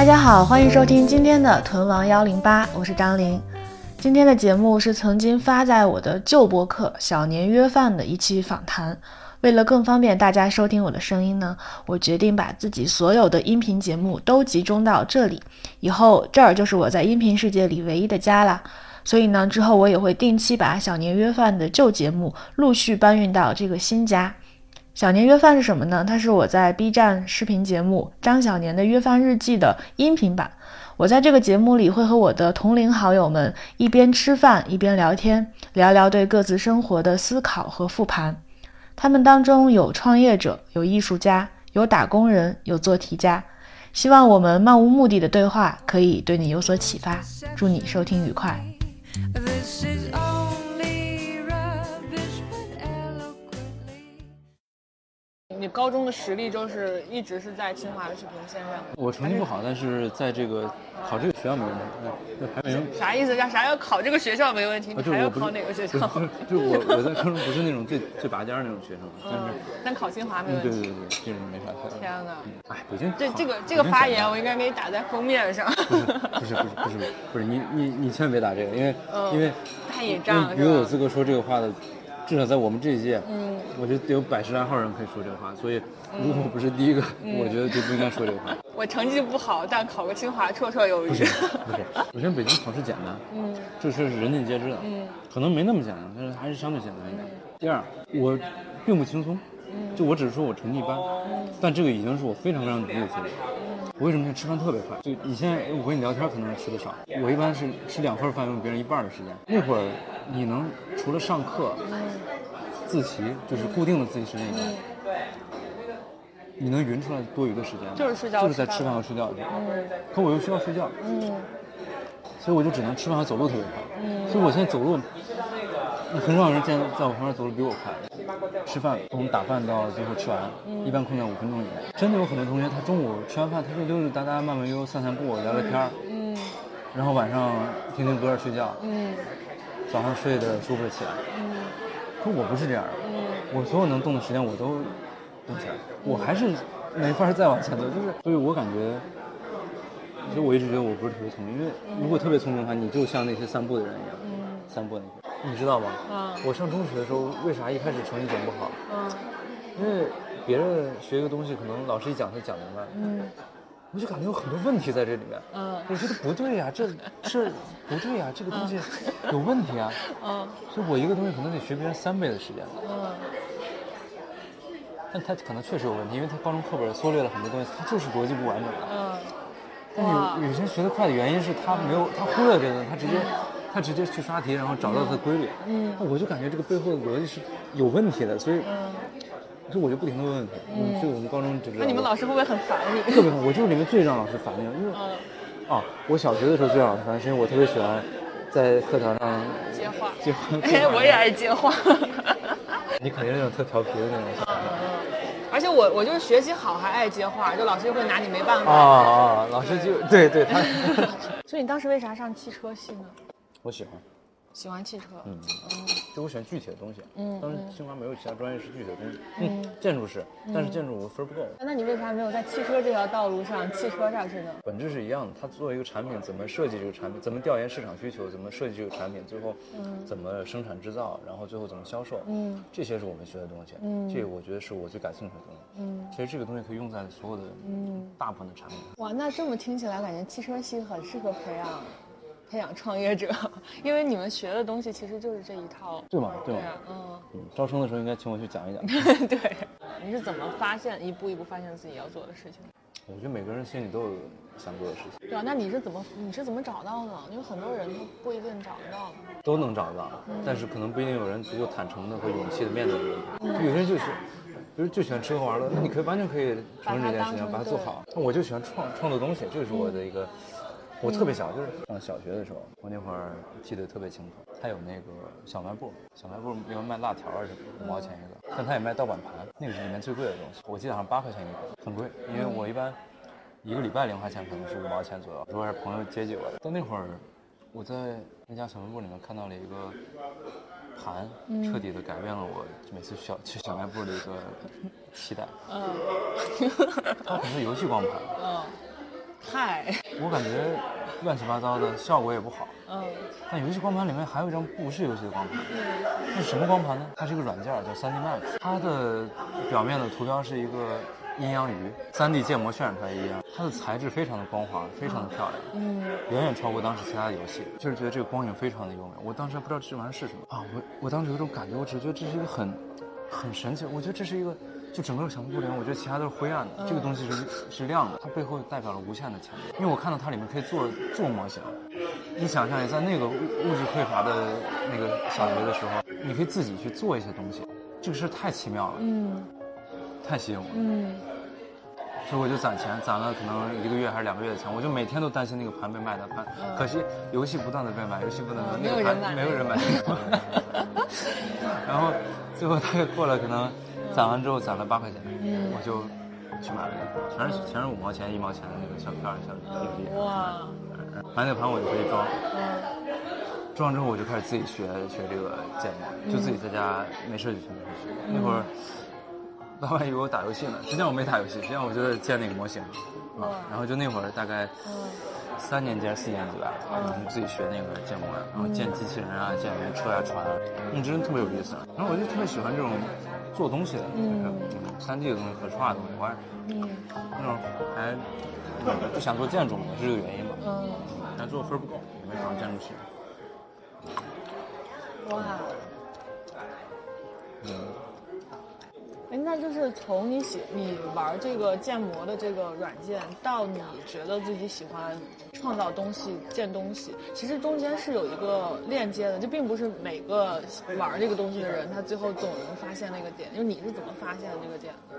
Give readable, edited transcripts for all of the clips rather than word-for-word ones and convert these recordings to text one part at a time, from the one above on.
大家好，欢迎收听今天的屯王108，我是张琳。今天的节目是曾经发在我的旧播客小年约饭的一期访谈。为了更方便大家收听我的声音呢，我决定把自己所有的音频节目都集中到这里，以后这儿就是我在音频世界里唯一的家啦。所以呢，之后我也会定期把小年约饭的旧节目陆续搬运到这个新家。小年约饭是什么呢？它是我在 B 站视频节目张小年的约饭日记的音频版。我在这个节目里会和我的同龄好友们一边吃饭一边聊天，聊聊对各自生活的思考和复盘。他们当中有创业者，有艺术家，有打工人，有做题家。希望我们漫无目的的对话可以对你有所启发。祝你收听愉快。你高中的实力就是一直是在清华的视频线上。 我成绩不好，但是在这个考这个学校没问题。还没啥意思？啥要考这个学校没问题？你还要考哪个学校？ 就我在高中不是那种最拔尖那种学生， 但考清华没问题。 对，这种没啥太。 天哪！ 北京这个发言我应该给你打在封面上。 不是你千万别打这个，因为太引战了。 比我有资格说这个话的。至少在我们这一届，我觉得有百十来号人可以说这个话，所以如果我不是第一个，我觉得就不应该说这个话。 我成绩不好，但考个清华绰绰有余。不是， 首先北京考试简单，这事是人尽皆知的，可能没那么简单，但是还是相对简单一点。第二，我并不轻松，就我只是说我成绩一般，但这个已经是我非常非常努力的结果。我为什么现在吃饭特别快？就以前我跟你聊天可能吃的少，我一般是吃2份饭用别人1半的时间。那会儿你能除了上课、自习，就是固定的自习时间以外，你能匀出来多余的时间， 就是睡觉， 就是在吃饭和睡觉的时候。可我又需要睡觉，所以我就只能吃饭和走路特别快。所以我现在走路，很少有人见在我旁边走路比我快。吃饭从打饭到最后吃完，一般控在5分钟以内。真的有很多同学，他中午吃完饭，他就溜溜达达、慢慢悠、散散步、聊聊天，然后晚上听听歌睡觉，早上睡得舒服的起来。可我不是这样的，我所有能动的时间我都动起来，我还是没法再往前走，所以我感觉，所以我一直觉得我不是特别聪明，因为如果特别聪明的话，你就像那些散步的人一样，散步那些。你知道吗？我上中学的时候，为啥一开始成绩总不好？因为别人学一个东西，可能老师一讲他讲明白，我就感觉有很多问题在这里面。我觉得不对呀，这不对呀，这个东西有问题啊。所以我一个东西可能得学别人3倍的时间。但他可能确实有问题，因为他高中课本缩略了很多东西，他就是逻辑不完整的。但有些人学得快的原因是他忽略这个，他直接去刷题，然后找到它的规律。我就感觉这个背后的逻辑是有问题的，所以我就不停的问问题。所以我们高中就知道。 那你们老师会不会很烦你？ 特别烦，我就是里面最让老师烦的，因为我小学的时候最让老师烦，是因为我特别喜欢在课堂上接话。 我也爱接话。 你肯定是那种特调皮的那种。 而且我就是学习好还爱接话，就老师会拿你没办法。 老师就对他。 所以你当时为啥上汽车系呢？ 我喜欢汽车。 就我喜欢具体的东西。当时清华没有其他专业是具体的东西。建筑是，但是建筑我分不够。 那你为啥没有在汽车这条道路上汽车上去呢？ 本质是一样的，它作为一个产品，怎么设计这个产品，怎么调研市场需求，怎么设计这个产品，最后怎么生产制造，然后最后怎么销售，这些是我们学的东西。这个我觉得是我最感兴趣的东西。其实这个东西可以用在所有的大部分的产品。 哇，那这么听起来，感觉汽车系很适合培养创业者，因为你们学的东西其实就是这一套， 对吗？ 对啊， 招生的时候应该请我去讲一讲。 对，你是怎么一步一步发现自己要做的事情？ 我觉得每个人心里都有想做的事情。 对啊，那你是怎么找到的？因为很多人他不一定找得到。 都能找到，但是可能不一定有人足够坦诚的和勇气的面对这个问题。有些人比如就喜欢吃喝玩乐，那你完全可以承认这件事情，把它做好。我就喜欢创作东西，这是我的一个。我特别小，就是上小学的时候，我那会儿记得特别清楚。他有那个小卖部里面卖辣条啊什么，5毛钱一个，但他也卖盗版盘，那个是里面最贵的东西。我记得好像8块钱一个，很贵，因为我一般1个礼拜零花钱可能是5毛钱左右，如果是朋友接济我的。到那会儿，我在那家小卖部里面看到了一个盘，彻底的改变了我每次去小卖部的一个期待。它可能是游戏光盘。 我感觉乱七八糟的，效果也不好。但游戏光盘里面还有一张不是游戏的光盘，那是什么光盘呢？它是一个软件叫 3D Max， 它的表面的图标是一个阴阳鱼，3D 建模渲染出来一样，它的材质非常的光滑，非常的漂亮，远远超过当时其他的游戏，就是觉得这个光影非常的优美。我当时还不知道这玩意儿是什么啊，我当时有一种感觉，我只觉得这是一个很神奇，我觉得这是一个。就整个小木布帘，我觉得其他都是灰暗的，这个东西是亮的，它背后代表了无限的潜力。因为我看到它里面可以做模型，你想象一下，在那个物质匮乏的那个小学的时候，你可以自己去做一些东西，这个事太奇妙了，太吸引我了，所以我就攒钱，攒了可能1个月还是2个月的钱，我就每天都担心那个盘被卖的盘，可惜游戏不断的被卖，游戏不断的那个盘没有人买，然后最后大概过了可能。攒完之后攒了8块钱，我就去买了一个，全是5毛钱、1毛钱的那个小片小硬币。 哇！ 买那个盘我就可以装，装完之后我就开始自己学这个建模，就自己在家没事就去学。那会儿老板以为我打游戏呢，实际上我没打游戏，实际上我就在建那个模型然后就那会儿大概3年级还是4年级吧，然后自己学那个建模，然后建机器人啊、建人车啊、船，真的特别有意思。然后我就特别喜欢这种。做东西的，3D 的东西、可视化的东西，我还那种还不想做建筑嘛，是这个原因嘛。但做分不够，也没考上建筑系。 哇。那就是从你玩这个建模的这个软件，到你觉得自己喜欢创造东西、建东西，其实中间是有一个链接的，就并不是每个玩这个东西的人，他最后总能发现那个点。就你是怎么发现这个点的？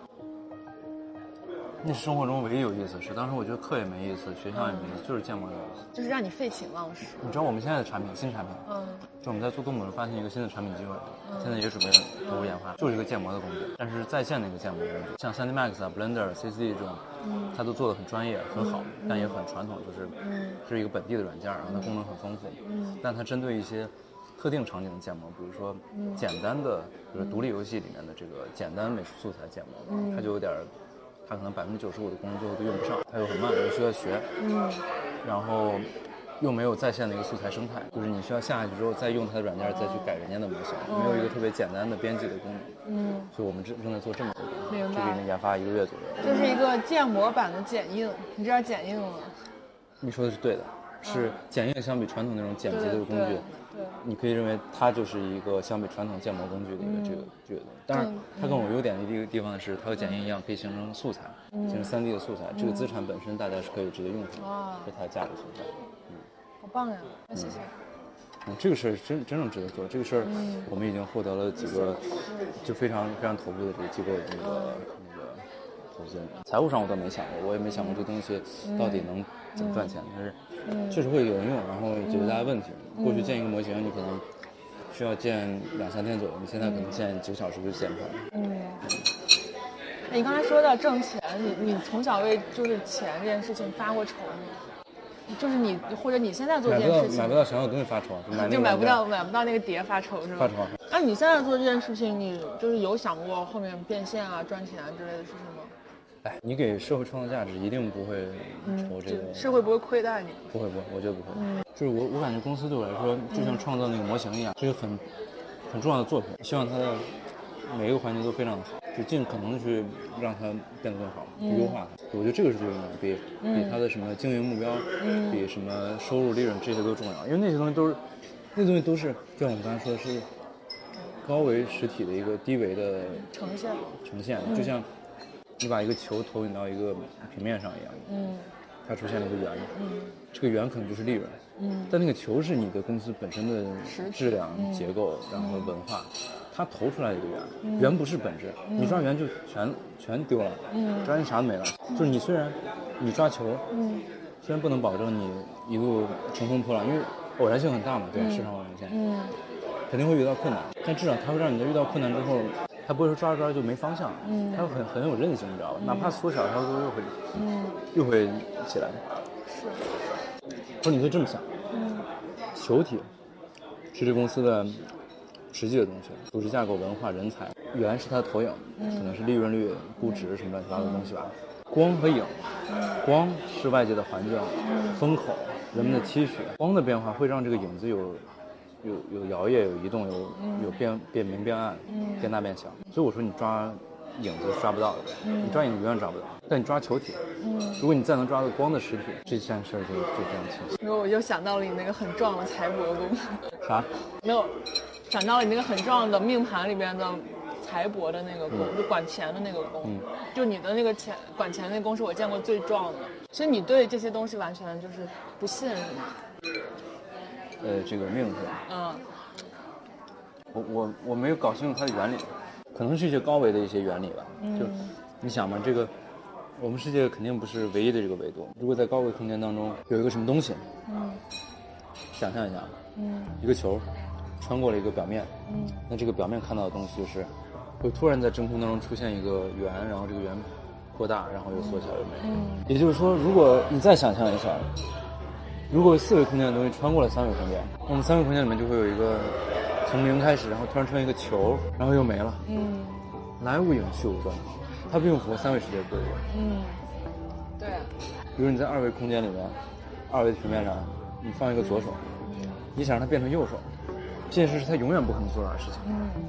那是生活中唯一有意思的事。当时我觉得课也没意思，学校也没意思，就是建模有意思， 就是让你废寝忘食。 你知道我们现在的产品，新产品，就我们在做东本发现一个新的产品机会，现在也准备投入研发，就是一个建模的工具，但是在线的一个建模工具，像 3D Max 啊、Blender、CCD 这种，它都做得很专业、很好，但也很传统，是一个本地的软件，然后它功能很丰富，但它针对一些特定场景的建模，比如说简单的，比如独立游戏里面的这个简单美术素材建模，它就有点。它可能95%的功能最后都用不上，它又很慢，又需要学，然后又没有在线的一个素材生态，就是你需要下去之后再用它的软件再去改人家的模型，没有一个特别简单的编辑的功能，所以我们正在做这么一个，这个研发1个月左右。 这是一个建模版的剪映，你知道剪映吗？ 你说的是对的，是剪映相比传统那种剪辑的工具。你可以认为它就是一个相比传统建模工具的一个这个，当然它更有优点的一个地方是它和剪映一样可以形成素材，形成3D 的素材，这个资产本身大家是可以直接用上，是它的价值所在。 好棒呀！那谢谢。 这个事儿真正值得做，这个事儿我们已经获得了几个就非常头部的这个机构的那个投资。财务上我倒没想过，我也没想过这东西到底能怎么赚钱，但是确实会有人用，然后解决大家问题。过去建一个模型，你可能需要建2-3天左右，你现在可能建几个小时就建出来了。 你刚才说到挣钱，你从小为就是钱这件事情发过愁吗？就是你或者你现在做这件事情， 买不到想要的东西发愁， 就买不到那个碟发愁是吧？ 发愁。 那你现在做这件事情，你就是有想过后面变现啊、赚钱啊之类的事情吗？ 你给社会创造价值，一定不会愁这个。 社会不会亏待你？ 不会，我觉得不会。就是我感觉公司对我来说，就像创造那个模型一样，是一个很重要的作品。希望它的每一个环节都非常的好，就尽可能的去让它变得更好，去优化它。我觉得这个是最重要的，比它的什么经营目标，比什么收入利润这些都重要。因为那些东西都是，就像我们刚才说的是高维实体的一个低维的呈现，就像你把一个球投影到一个平面上一样，它出现了一个圆，这个圆可能就是利润，但那个球是你的公司本身的质量、结构，然后文化，它投出来一个圆，圆不是本质，你抓圆就全丢了，抓圆啥都没了。就是你虽然你抓球，虽然不能保证你一路乘风破浪，因为偶然性很大嘛，对吧？市场偶然性，肯定会遇到困难，但至少它会让你在遇到困难之后。它不会说抓着抓着就没方向，它会很有韧性，你知道吧？哪怕缩小，它又会起来。 是。 或者你可以这么想，球体是这公司的实际的东西，组织架构、文化、人才。圆是它的投影，可能是利润率、估值什么乱七八糟的东西吧。光和影，光是外界的环境、风口、人们的期许，光的变化会让这个影子有摇曳、有移动、有变明变暗、变大变小。所以我说你抓影子是抓不到的，你抓影子永远抓不到，但你抓球体，如果你再能抓到光的实体，这件事就非常清晰。 然后我就想到了你那个很壮的财帛宫。 啥？ 没有，想到了你那个很壮的命盘里边的财帛的那个宫，就管钱的那个宫，就你的那个管钱那个宫是我见过最壮的，所以你对这些东西完全就是不信任吗？ 这个命是吧？我没有搞清楚它的原理，可能是一些高维的一些原理吧。就你想嘛，这个我们世界肯定不是唯一的这个维度。如果在高维空间当中有一个什么东西，想象一下，一个球穿过了一个表面，那这个表面看到的东西就是会突然在真空当中出现一个圆，然后这个圆扩大，然后又缩小又没。也就是说，如果你再想象一下，如果4维空间的东西穿过了3维空间，那么3维空间里面就会有一个从零开始，然后突然出现一个球，然后又没了。来无影去无踪，它并不符合3维世界的规律。 对。 比如你在2维空间里面，2维平面上，你放一个左手，你想让它变成右手，这件事是它永远不可能做到的事情。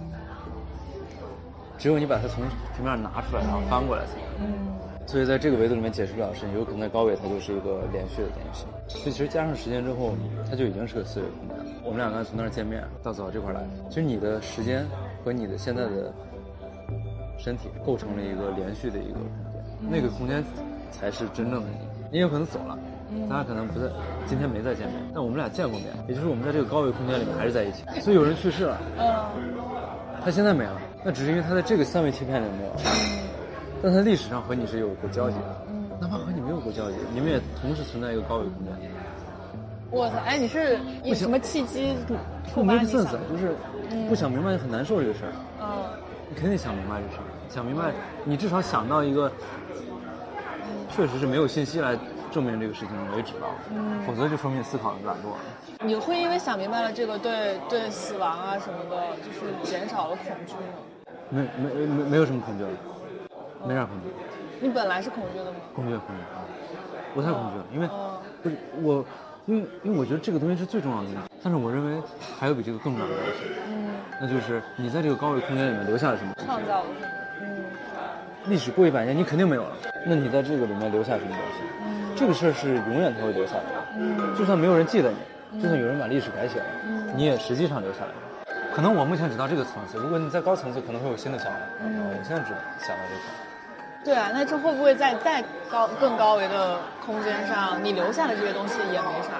只有你把它从平面上拿出来，然后翻过来才能。所以在这个维度里面解释不了的事情，有可能在高维它就是一个连续的东西。所以其实加上时间之后，它就已经是个4维空间了。我们俩刚才从那儿见面到走到这块来，其实你的时间和你的现在的身体构成了一个连续的一个空间，那个空间才是真正的你。你有可能走了，咱俩可能不在，今天没再见面，但我们俩见过面，也就是我们在这个高维空间里面还是在一起。所以有人去世了，他现在没了，那只是因为他在这个3维切片里没有，但他历史上和你是有过交集的，哪怕和你没有过交集，你们也同时存在一个高维空间。 我操！哎，你是以什么契机触发你想？ 就是不想明白就很难受这个事儿。你肯定想明白这事儿，想明白，你至少想到一个确实是没有信息来证明这个事情为止吧。否则就说明你思考的懒惰了。 你会因为想明白了这个对死亡啊什么的，就是减少了恐惧吗？ 没有什么恐惧了，没啥恐惧。 你本来是恐惧的吗？ 恐惧，我太恐惧了，因为不是我。因为我觉得这个东西是最重要的东西，但是我认为还有比这个更重要的东西，那就是你在这个高维空间里面留下了什么东西， 创造了什么， 历史过100年，你肯定没有了，那你在这个里面留下什么东西？这个事儿是永远它会留下来的，就算没有人记得你，就算有人把历史改写了，你也实际上留下来了。可能我目前只到这个层次，如果你在高层次，可能会有新的想法。我现在只想到这块。 对啊，那这会不会在更高维的空间上，你留下的这些东西也没啥？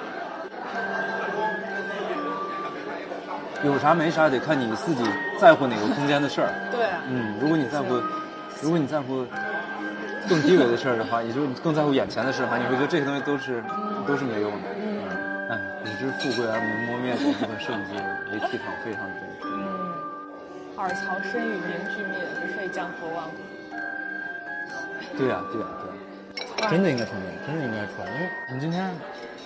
有啥没啥，得看你自己在乎哪个空间的事儿。 对啊。 如果你在乎更低维的事儿的话，也就是更在乎眼前的事儿的话，你会觉得这些东西都是没用的。古之富贵而民磨灭，这部分圣迹为倜傥，非常真实。 尔曹生与名俱灭，不废江河万古。 对呀，真的应该出来，真的应该出来，因为你今天，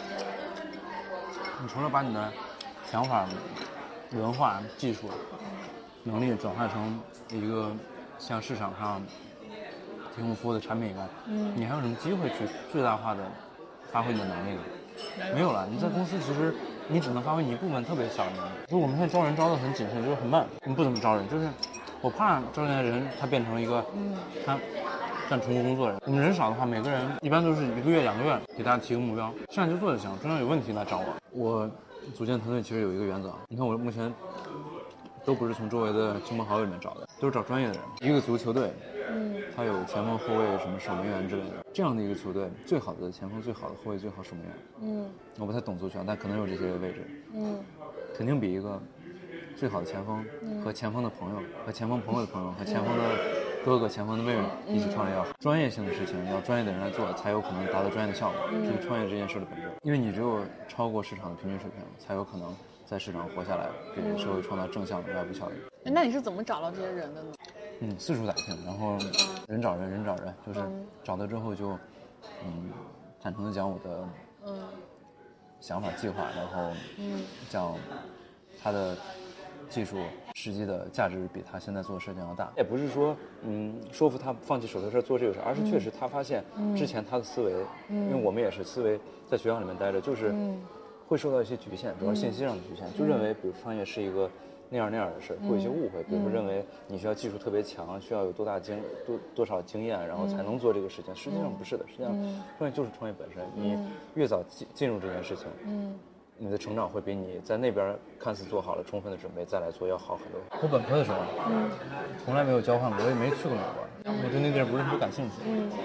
你除了把你的想法、文化、技术、能力转化成一个向市场上提供服务的产品以外，你还有什么机会去最大化的发挥你的能力呢？没有了。你在公司其实你只能发挥你一部分特别小的能力。就是我们现在招人招得很谨慎，就是很慢，我们不怎么招人，就是我怕招进来的人他变成一个他干重复工作的人。我们人少的话，每个人一般都是1个月、2个月给大家提个目标，这样就做就行，中间有问题来找我。我组建团队其实有一个原则，你看我目前都不是从周围的亲朋好友里面找的，都是找专业的人。一个足球队，他有前锋、后卫、什么守门员之类的，这样的一个球队，最好的前锋、最好的后卫、最好守门员，我不太懂足球，但可能有这些位置，肯定比一个最好的前锋和前锋的朋友和前锋朋友的朋友和前锋的哥哥、前锋的妹妹一起创业要好。专业性的事情要专业的人来做，才有可能达到专业的效果，这是创业这件事的本质。因为你只有超过市场的平均水平，才有可能在市场活下来，给社会创造正向的外部效益。 那你是怎么找到这些人的呢？ 四处打听，然后人找人，就是找到之后就坦诚的讲我的想法计划，然后讲他的技术实际的价值比他现在做的事情要大。也不是说说服他放弃手头事做这个事，而是确实他发现之前他的思维，因为我们也是思维在学校里面待着，就是会受到一些局限，主要信息上的局限，就认为比如创业是一个那样的事，会有一些误会，比如说认为你需要技术特别强，需要有多少经验，然后才能做这个事情。实际上不是的，实际上创业就是创业本身。你越早进入这件事情，你的成长会比你在那边看似做好了充分的准备再来做要好很多。我本科的时候，从来没有交换过，我也没去过美国，我对那地儿不是特别感兴趣。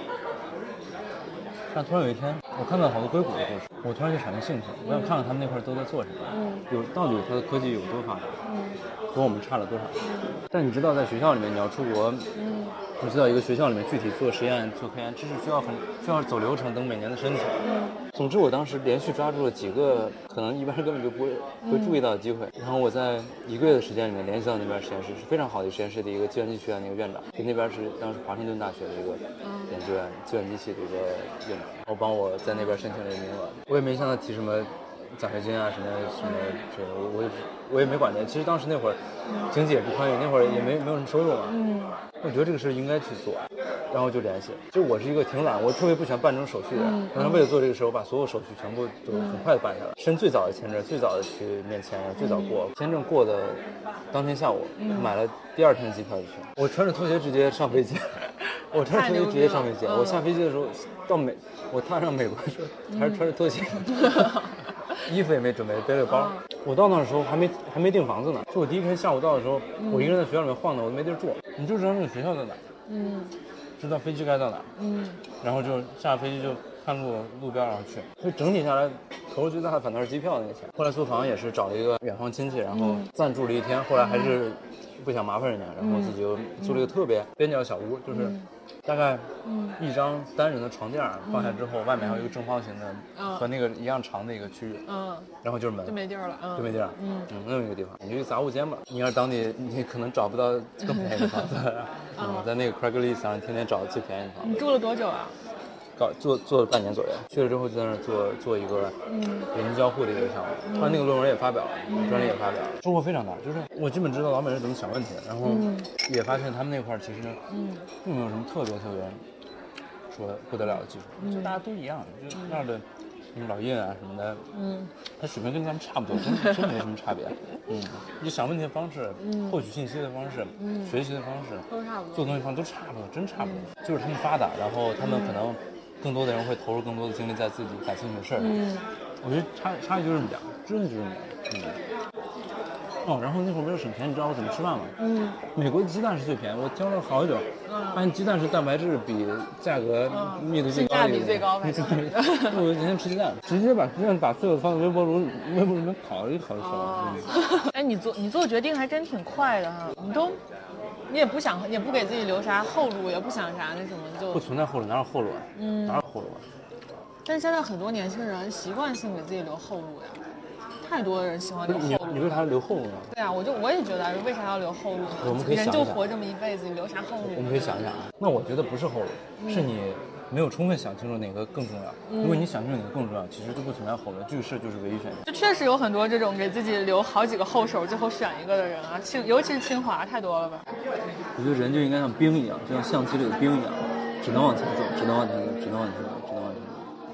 但突然有一天，我看到好多硅谷的故事，我突然就产生兴趣，我想看看他们那块都在做什么，到底它的科技有多发达，和我们差了多少。但你知道，在学校里面你要出国，你知道一个学校里面具体做实验、做科研，这是需要走流程，等每年的申请。总之，我当时连续抓住了几个可能一般人根本就不会注意到的机会。然后我在1个月的时间里面联系到那边实验室，是非常好的实验室的一个计算机学院的一个院长，就那边是当时华盛顿大学的一个研究院计算机系的一个院长，然后帮我在那边申请了一个名额。我也没向他提什么奖学金啊什么这个，我也没管他。其实当时那会儿经济也不宽裕，那会儿也没有什么收入嘛。我觉得这个事应该去做，然后就联系。就我是一个挺懒，我特别不喜欢办这种手续的。然后为了做这个事，我把所有手续全部都很快的办下来，申最早的签证，最早的去面签，最早过签证过的当天下午，买了第2天机票就去。我穿着拖鞋直接上飞机，我下飞机的时候我踏上美国的时候还是穿着拖鞋。衣服也没准备，背了个包。我到那的时候还没订房子呢，就我第1天下午到的时候，我一个人在学校里面晃荡，我都没地儿住。你就知道那个学校在哪，知道飞机该到哪，然后就下飞机就看路标然后去。所以整体下来，投入最大的反倒是机票那个钱。后来租房也是找了一个远房亲戚，然后暂住了1天，后来还是不想麻烦人家，然后自己又租了一个特别边角小屋，就是大概1张单人的床垫放下之后，外面还有一个正方形的和那个一样长的一个区域，然后就是门， 就没地儿了， 那么一个地方，你就杂物间吧。你要是当地，你可能找不到更便宜的房子，在那个 Craigslist 上天天找最便宜的房子。 你住了多久啊？ 做了半年左右，去了之后就在那做一个人机交互的一个项目，他那个论文也发表了，专利也发表了，收获非常大。就是我基本知道老美人怎么想问题，然后也发现他们那块其实并没有什么特别说不得了的技术，就大家都一样，就那儿的什么老印啊什么的，他水平跟咱们差不多，真没什么差别。你想问题的方式，获取信息的方式，学习的方式都差不多， 做东西方式都差不多，真差不多。就是他们发达，然后他们可能更多的人会投入更多的精力在自己感兴趣的事儿上。我觉得差距就是这么点，真的就是这么点。然后那会儿为了省钱，你知道我怎么吃饭吗？美国的鸡蛋是最便宜，我挑了好久，发现鸡蛋是蛋白质比价格密度最高的， 性价比最高。 我今天吃鸡蛋，直接把鸡蛋打碎了放在微波炉里面烤一烤就熟了。 哎，你做决定还真挺快的哈，你也不想，也不给自己留啥后路，也不想啥那什么，就不存在后路，哪有后路啊？哪有后路啊？ 但是现在很多年轻人习惯性给自己留后路呀。太多人喜欢留后路。 你为啥要留后路呢？ 对啊，我也觉得为啥要留后路？ 我们可以想一想， 人就活这么一辈子，你留啥后路？ 我们可以想一想啊。那我觉得不是后路，是你没有充分想清楚哪个更重要。如果你想清楚哪个更重要，其实就不存在后路，这个事就是唯一选择。 就确实有很多这种给自己留好几个后手，最后选一个的人啊，尤其是清华太多了吧？ 我觉得人就应该像兵一样，就像象棋里的兵一样，只能往前走，只能往前走，只能往前走，只能往前走。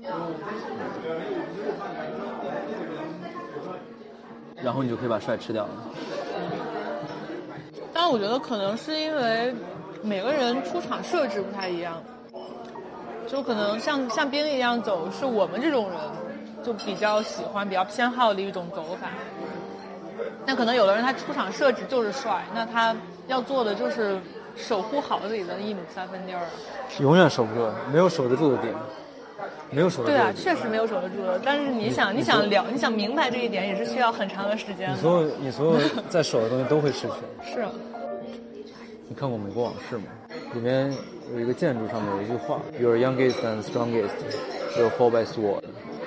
然后你就可以把帅吃掉了。 但我觉得可能是因为每个人出场设置不太一样，就可能像兵一样走，是我们这种人就比较喜欢、比较偏好的一种走法。那可能有的人他出场设置就是帅，那他要做的就是守护好自己的1亩3分地儿。 永远守不住，没有守得住的点。没有守得住。 对啊，确实没有守得住的。但是你想明白这一点，也是需要很长的时间的。 你所有在守的东西都会失去。 是。 你看过《美国往事》吗？里面有一个建筑上面有一句话 ：“Your youngest and strongest will fall by sword。”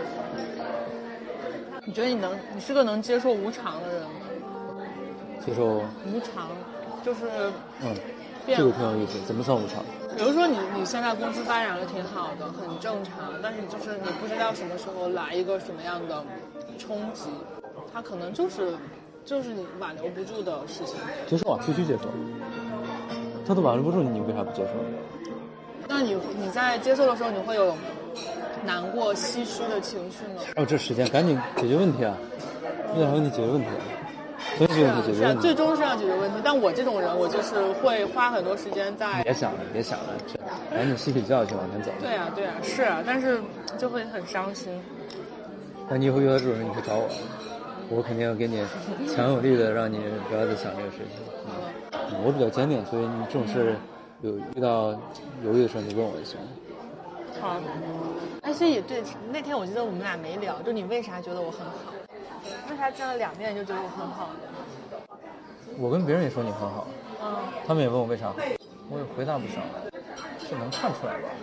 你觉得你是个能接受无常的人吗？ 接受无常，就是这个挺有意思。怎么算无常？ 比如说你现在公司发展的挺好的，很正常，但是就是你不知道什么时候来一个什么样的冲击，它可能就是就是你挽留不住的事情。 接受啊，必须接受。他都挽留不住你为啥不接受？ 那你在接受的时候，你会有难过、唏嘘的情绪吗？ 这时间赶紧解决问题啊！遇到问题解决问题，分析问题解决问题。 最终是要解决问题。但我这种人，我就是会花很多时间在。 别想了，赶紧吸取教训往前走。 对啊，是啊，但是就会很伤心。 那你以后遇到这种人，你可以找我，我肯定要给你强有力的让你不要再想这个事情。我比较坚定，所以你这种事遇到犹豫的时候，你问我就行。 好。所以对那天我记得我们俩没聊，就你为啥觉得我很好？为啥见了2面就觉得我很好？ 我跟别人也说你很好，他们也问我为啥好，我也回答不上来，这能看出来吧？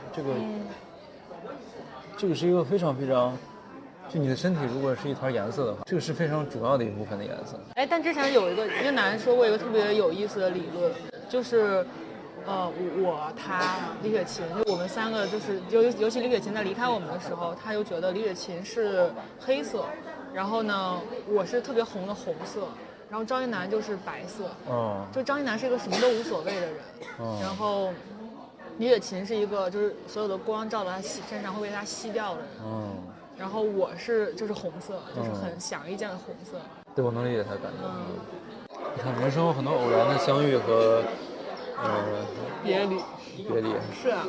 这个是一个非常非常，就你的身体如果是一团颜色的话，这个是非常主要的一部分的颜色。 但之前有一个男人说过一个特别有意思的理论，就是他李雪琴，就我们3个，就是尤其李雪琴在离开我们的时候，他就觉得李雪琴是黑色，然后呢我是特别红的红色，然后张一楠就是白色。就张一楠是一个什么都无所谓的人。然后李雪琴是一个就是所有的光照到他身上会被他吸掉的人。然后我就是红色，就是很显而易见的红色。 对，我能理解他的感觉。你看，人生有很多偶然的相遇和别离。是啊。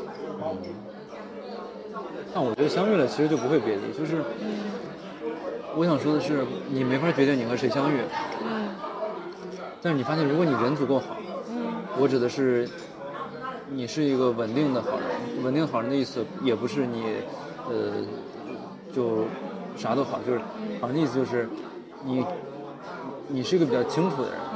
但我觉得相遇了其实就不会别离，就是我想说的是，你没法决定你和谁相遇。但是你发现，如果你人足够好，我指的是你是一个稳定的好人。稳定好人的意思也不是你就啥都好，就是好人的意思就是你是一个比较清楚的人，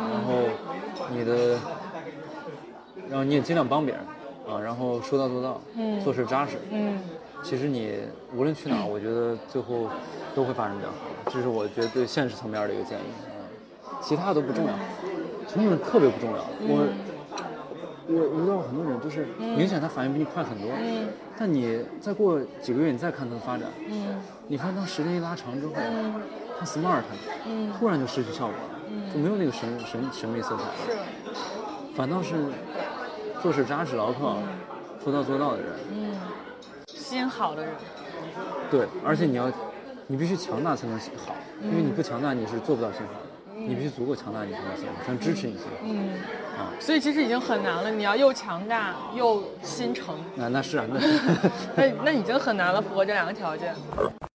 然后你也尽量帮别人啊，然后说到做到，做事扎实。其实你无论去哪，我觉得最后都会发生比较好。这是我觉得对现实层面的一个建议。其他都不重要，从人特别不重要。我遇到很多人，就是明显他反应比你快很多，但你再过几个月，你再看他的发展，你发现当时间一拉长之后，他 smart，突然就失去效果了，就没有那个神秘色彩了。 是。 反倒是做事扎实牢靠，说到做到的人， 心好的人。 对，而且你必须强大才能好，因为你不强大你是做不到心好的。你必须足够强大，你才能心好，才能支持你心好。 所以其实已经很难了，你要又强大又心诚。 那是啊， 那已经很难了，符合这2个条件。